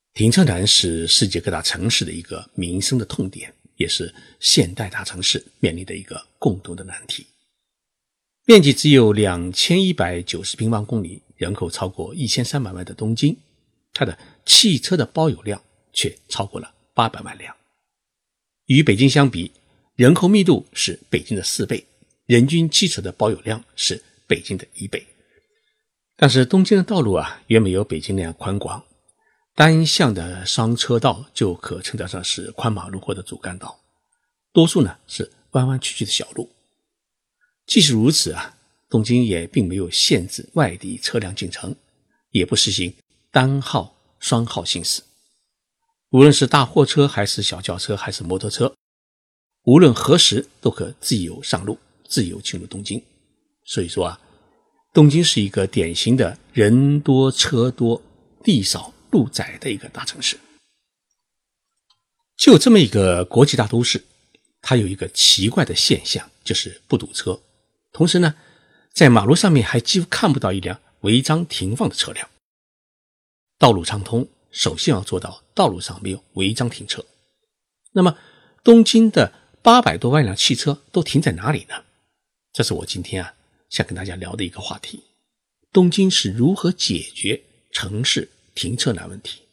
停车难是世界各大城市的一个民生的痛点，也是现代大城市面临的一个共同的难题。面积只有2190平方公里，人口超过1300万的东京，它的汽车的保有量却超过了800万辆。与北京相比，人口密度是北京的4倍，人均汽车的保有量是北京的1倍。但是东京的道路远没有北京那样宽广，单向的双车道就可称得上是宽马路或者主干道，多数呢是弯弯曲曲的小路。即使如此东京也并没有限制外地车辆进城，也不实行单号双号行驶。无论是大货车还是小轿车还是摩托车，无论何时都可自由上路，自由进入东京。所以说东京是一个典型的人多车多地少路窄的一个大城市。就这么一个国际大都市，它有一个奇怪的现象，就是不堵车。同时呢，在马路上面还几乎看不到一辆违章停放的车辆。道路畅通，首先要做到道路上没有违章停车。那么东京的800多万辆汽车都停在哪里呢？这是我今天想跟大家聊的一个话题。东京是如何解决城市停车难问题？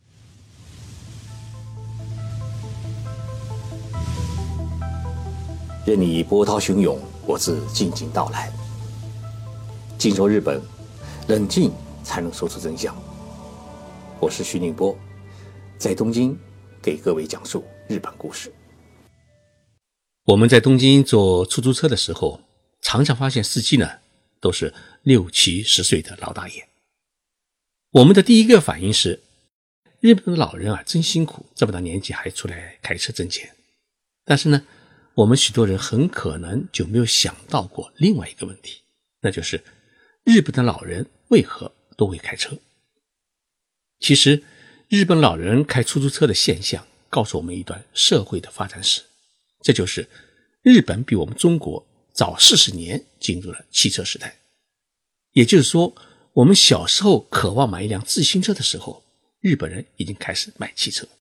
任你波涛汹涌，我自静静到来。静说日本，冷静才能说出真相。我是徐宁波，在东京给各位讲述日本故事。 我们在东京坐出租车的时候，常常发现司机呢都是60、70岁的老大爷。我们的第一个反应是，日本的老人真辛苦，这么大年纪还出来开车挣钱。但是呢，我们许多人很可能就没有想到过另外一个问题，那就是日本的老人为何都会开车？其实日本老人开出租车的现象告诉我们一段社会的发展史，这就是日本比我们中国早40年进入了汽车时代。也就是说，我们小时候渴望买一辆自行车的时候，日本人已经开始买汽车。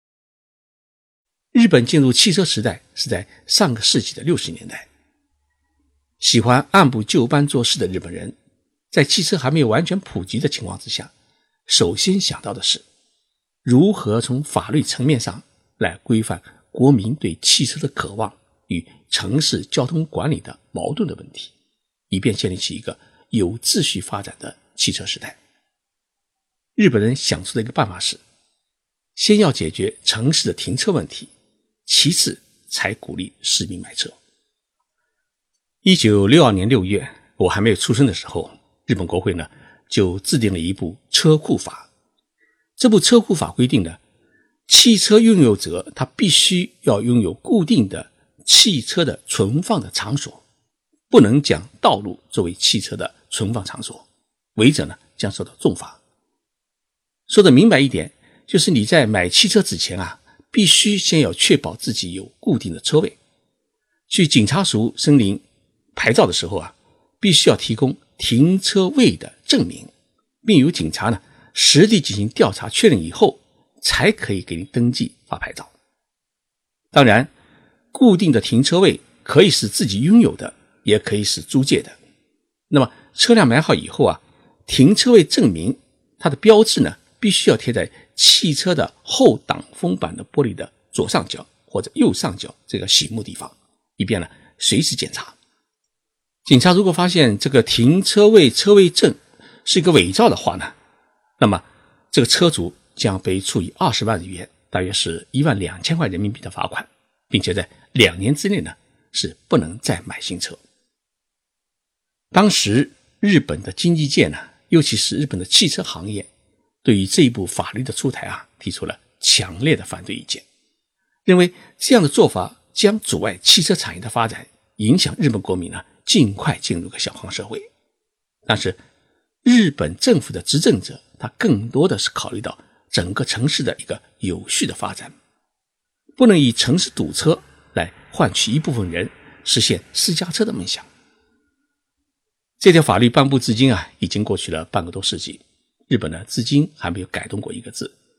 日本进入汽车时代是在上个世纪的60年代。喜欢按部就班做事的日本人，在汽车还没有完全普及的情况之下，首先想到的是如何从法律层面上来规范国民对汽车的渴望与城市交通管理的矛盾的问题，以便建立起一个有秩序发展的汽车时代。日本人想出的一个办法是，先要解决城市的停车问题，其次才鼓励市民买车。1962年6月，我还没有出生的时候，日本国会呢就制定了一部车库法。这部车库法规定呢，汽车拥有者他必须要拥有固定的汽车的存放的场所，不能将道路作为汽车的存放场所，违者呢将受到重罚。说的明白一点，就是你在买汽车之前必须先要确保自己有固定的车位。去警察署申领牌照的时候必须要提供停车位的证明，并由警察呢实地进行调查确认以后，才可以给你登记发牌照。当然，固定的停车位可以是自己拥有的，也可以是租借的。那么车辆买好以后停车位证明它的标志呢必须要贴在汽车的后挡风板的玻璃的左上角或者右上角这个醒目地方，以便呢随时检查。警察如果发现这个停车位车位证是一个伪造的话呢，那么这个车主将被处以20万日元，大约是12000块人民币的罚款，并且在2年之内呢是不能再买新车。当时日本的经济界呢，尤其是日本的汽车行业，对于这一部法律的出台提出了强烈的反对意见，认为这样的做法将阻碍汽车产业的发展，影响日本国民呢尽快进入个小康社会。但是日本政府的执政者他更多的是考虑到整个城市的一个有序的发展，不能以城市堵车来换取一部分人实现私家车的梦想。这条法律颁布至今已经过去了半个多世纪，日本呢至今还没有改动过一个字，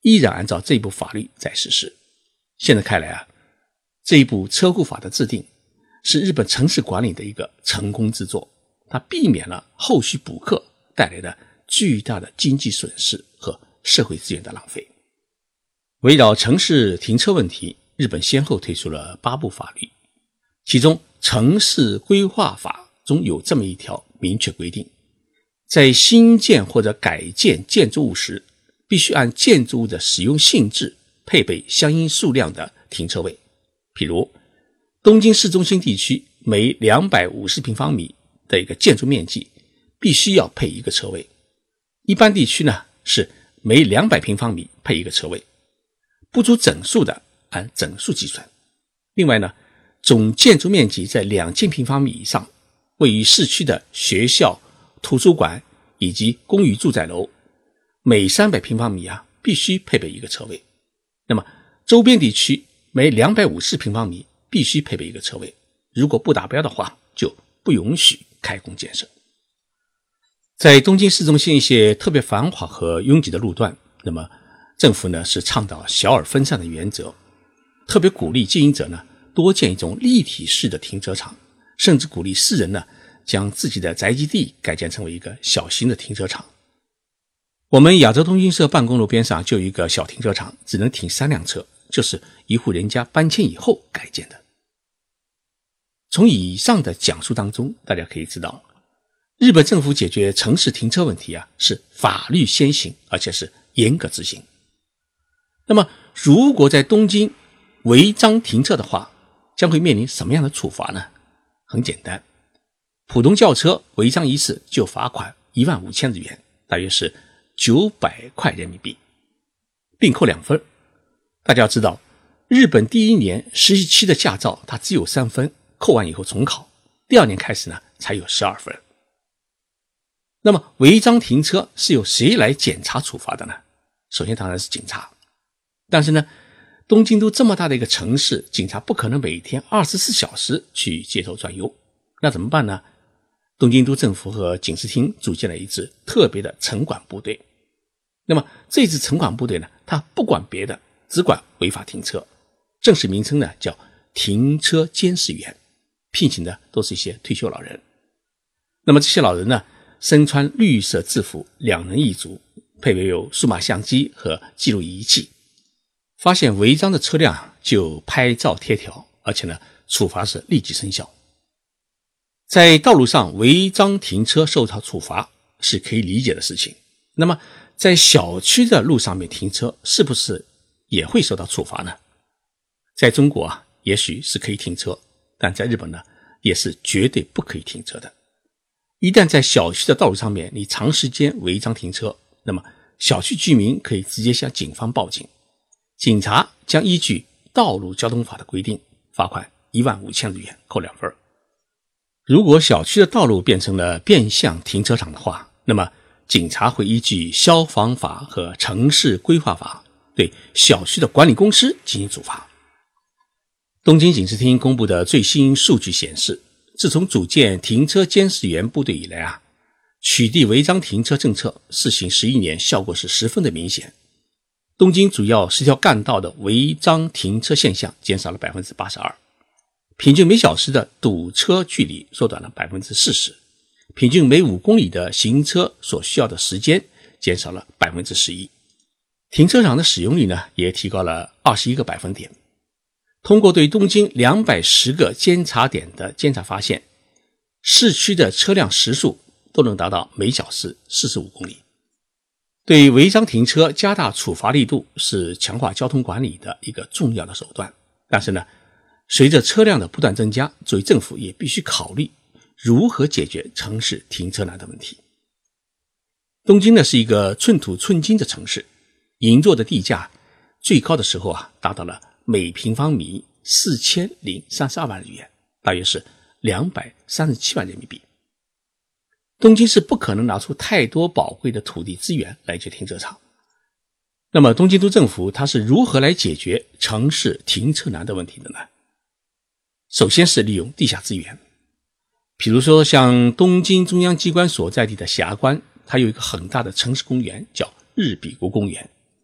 依然按照这一部法律在实施。现在看来这一部车库法的制定是日本城市管理的一个成功之作，它避免了后续补课带来的巨大的经济损失和社会资源的浪费。围绕城市停车问题，日本先后推出了8部法律，其中城市规划法中有这么一条明确规定，在新建或者改建建筑物时，必须按建筑物的使用性质配备相应数量的停车位。譬如东京市中心地区每250平方米的一个建筑面积必须要配1个车位，一般地区呢是每200平方米配1个车位，不足整数的按整数计算。另外呢，总建筑面积在2000平方米以上，位于市区的学校、图书馆以及公寓住宅楼，每300平方米必须配备1个车位。那么周边地区每250平方米必须配备1个车位，如果不达标的话，就不允许开工建设。在东京市中心一些特别繁华和拥挤的路段，那么政府呢是倡导小而分散的原则，特别鼓励经营者呢多建一种立体式的停车场，甚至鼓励私人呢将自己的宅基地改建成为一个小型的停车场。我们亚洲通讯社办公楼边上就有一个小停车场，只能停3辆车，就是一户人家搬迁以后改建的。从以上的讲述当中，大家可以知道，日本政府解决城市停车问题是法律先行，而且是严格执行。那么如果在东京违章停车的话，将会面临什么样的处罚呢？很简单，普通轿车违章一次就罚款15000日元，大约是900块人民币，并扣2分。大家要知道，日本第1年实习期的驾照它只有3分，扣完以后重考，第2年开始呢才有12分。那么违章停车是由谁来检查处罚的呢？首先当然是警察，但是呢东京都这么大的一个城市，警察不可能每天24小时去街头转悠，那怎么办呢？东京都政府和警视厅组建了一支特别的城管部队。那么这支城管部队呢，它不管别的，只管违法停车，正式名称呢叫停车监视员，聘请的都是一些退休老人。那么这些老人呢身穿绿色制服，2人一组，配备有数码相机和记录仪器，发现违章的车辆就拍照贴条，而且呢处罚是立即生效。在道路上违章停车受到处罚是可以理解的事情，那么在小区的路上面停车是不是也会受到处罚呢？在中国也许是可以停车，但在日本呢也是绝对不可以停车的。一旦在小区的道路上面你长时间违章停车，那么小区居民可以直接向警方报警，警察将依据道路交通法的规定罚款15000日元，扣2分。如果小区的道路变成了变相停车场的话，那么警察会依据消防法和城市规划法对小区的管理公司进行处罚。东京警视厅公布的最新数据显示，自从组建停车监视员部队以来取缔违章停车政策试行11年，效果是十分的明显。东京主要10条干道的违章停车现象减少了 82%， 平均每小时的堵车距离缩短了 40%， 平均每5公里的行车所需要的时间减少了 11%， 停车场的使用率呢也提高了21个百分点。通过对东京210个监察点的监察发现，市区的车辆时速都能达到每小时45公里。对违章停车加大处罚力度是强化交通管理的一个重要的手段，但是呢，随着车辆的不断增加，作为政府也必须考虑如何解决城市停车难的问题。东京呢是一个寸土寸金的城市，银座的地价最高的时候达到了每平方米4032万日元，大约是237万人民币。东京是不可能拿出太多宝贵的土地资源来建停车场。那么东京都政府它是如何来解决城市停车难的问题的呢？首先是利用地下资源，比如说像东京中央机关所在地的霞关，它有一个很大的城市公园叫日比谷公园，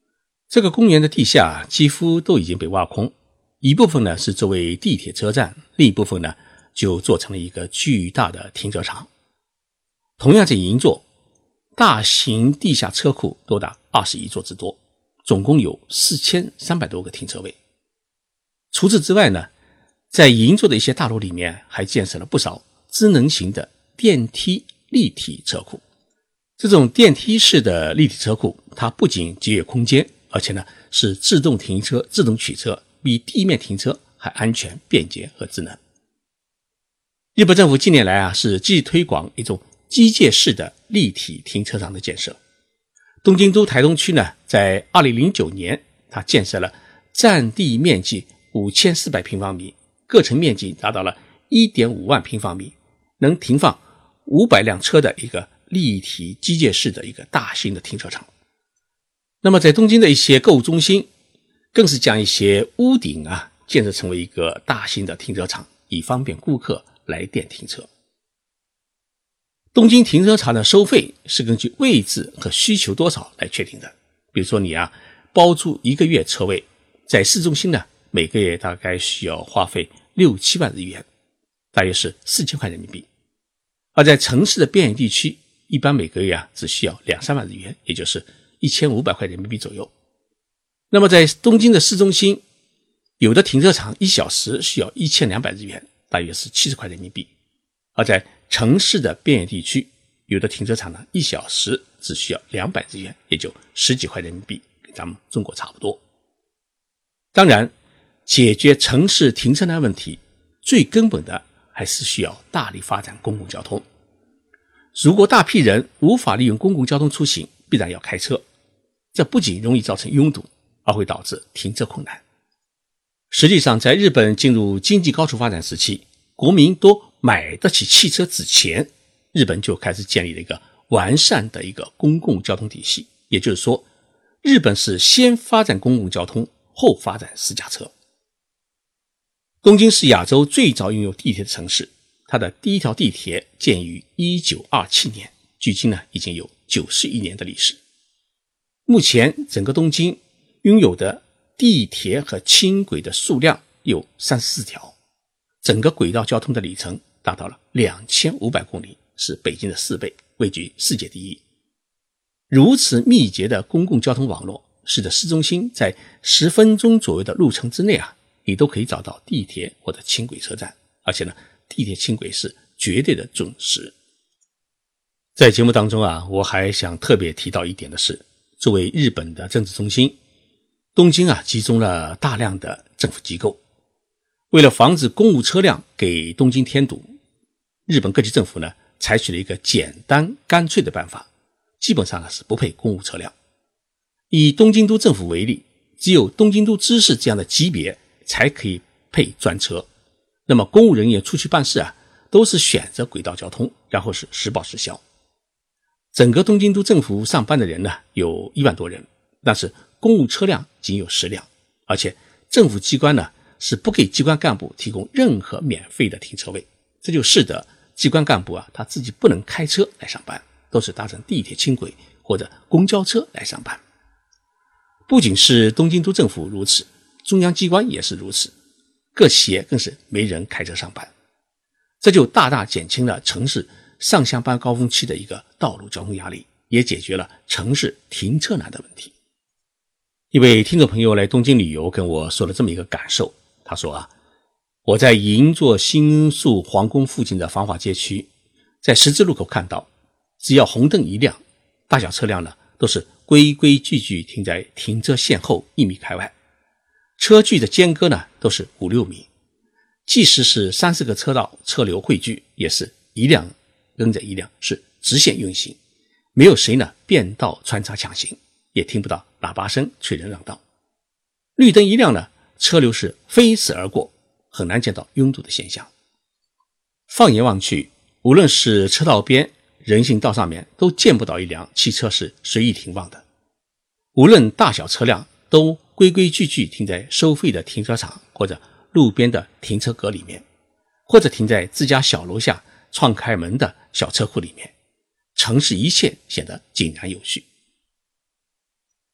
这个公园的地下几乎都已经被挖空，一部分呢是作为地铁车站，另一部分呢就做成了一个巨大的停车场。同样在银座，大型地下车库多达21座之多，总共有4300多个停车位。除此之外呢，在银座的一些大楼里面还建设了不少智能型的电梯立体车库。这种电梯式的立体车库，它不仅节约空间，而且呢是自动停车、自动取车，比地面停车还安全、便捷和智能。日本政府近年来是积极推广一种机械式的立体停车场的建设。东京都台东区呢，在2009年，它建设了占地面积5400平方米，各层面积达到了 1.5 万平方米，能停放500辆车的一个立体机械式的一个大型的停车场。那么在东京的一些购物中心，更是将一些屋顶建设成为一个大型的停车场，以方便顾客来电停车。东京停车场的收费是根据位置和需求多少来确定的。比如说你包租1个月车位，在市中心呢，每个月大概需要花费6-7万日元，大约是4000块人民币。而在城市的边缘地区，一般每个月只需要2-3万日元，也就是1500块人民币左右。那么在东京的市中心，有的停车场1小时需要1200日元，大约是70块人民币。而在城市的边缘地区，有的停车场呢1小时只需要200日元，也就10几块人民币，跟咱们中国差不多。当然，解决城市停车难问题，最根本的还是需要大力发展公共交通。如果大批人无法利用公共交通出行，必然要开车，这不仅容易造成拥堵，而会导致停车困难。实际上，在日本进入经济高速发展时期，国民都买得起汽车之前，日本就开始建立了一个完善的一个公共交通体系。也就是说，日本是先发展公共交通，后发展私家车。东京是亚洲最早拥有地铁的城市，它的第一条地铁建于1927年，距今呢已经有91年的历史。目前整个东京拥有的地铁和轻轨的数量有34条，整个轨道交通的里程达到了2500公里，是北京的4倍，位居世界第一。如此密集的公共交通网络，使得市中心在10分钟左右的路程之内你都可以找到地铁或者轻轨车站，而且呢，地铁轻轨是绝对的准时。在节目当中我还想特别提到一点的是，作为日本的政治中心，东京集中了大量的政府机构。为了防止公务车辆给东京添堵，日本各级政府呢采取了一个简单干脆的办法，基本上是不配公务车辆。以东京都政府为例，只有东京都知事这样的级别才可以配专车。那么公务人员出去办事都是选择轨道交通，然后是实报实销。整个东京都政府上班的人呢有1万多人，但是公务车辆仅有10辆，而且政府机关呢是不给机关干部提供任何免费的停车位，这就使得机关干部他自己不能开车来上班，都是搭乘地铁轻轨或者公交车来上班。不仅是东京都政府如此，中央机关也是如此，各企业更是没人开车上班，这就大大减轻了城市上下班高峰期的一个道路交通压力，也解决了城市停车难的问题。一位听众朋友来东京旅游跟我说了这么一个感受，他说我在银座新宿皇宫附近的繁华街区，在十字路口看到，只要红灯一亮，大小车辆呢都是规规矩矩停在停车线后1米开外，车距的间隔呢都是5-6米，即使是30个车道车流汇聚，也是一辆跟着一辆，是直线运行，没有谁呢变道穿插抢行，也听不到喇叭声催人让道。绿灯一亮呢，车流是飞驰而过，很难见到拥堵的现象。放眼望去，无论是车道边、人行道上面，都见不到一辆汽车是随意停放的。无论大小车辆都规规矩矩停在收费的停车场或者路边的停车格里面，或者停在自家小楼下撞开门的小车库里面，城市一切显得井然有序。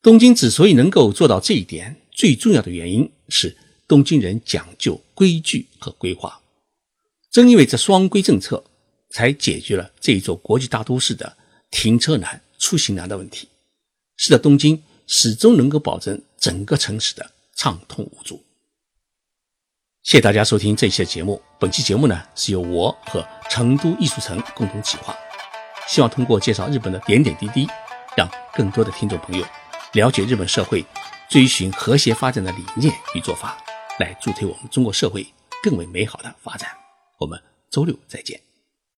东京之所以能够做到这一点，最重要的原因是东京人讲究规矩和规划。正因为这双规政策，才解决了这一座国际大都市的停车难、出行难的问题，使得东京始终能够保证整个城市的畅通无阻。谢谢大家收听这一期的节目。本期节目呢，是由我和成都艺术城共同企划，希望通过介绍日本的点点滴滴，让更多的听众朋友了解日本社会追寻和谐发展的理念与做法，来助推我们中国社会更为美好的发展。我们周六再见。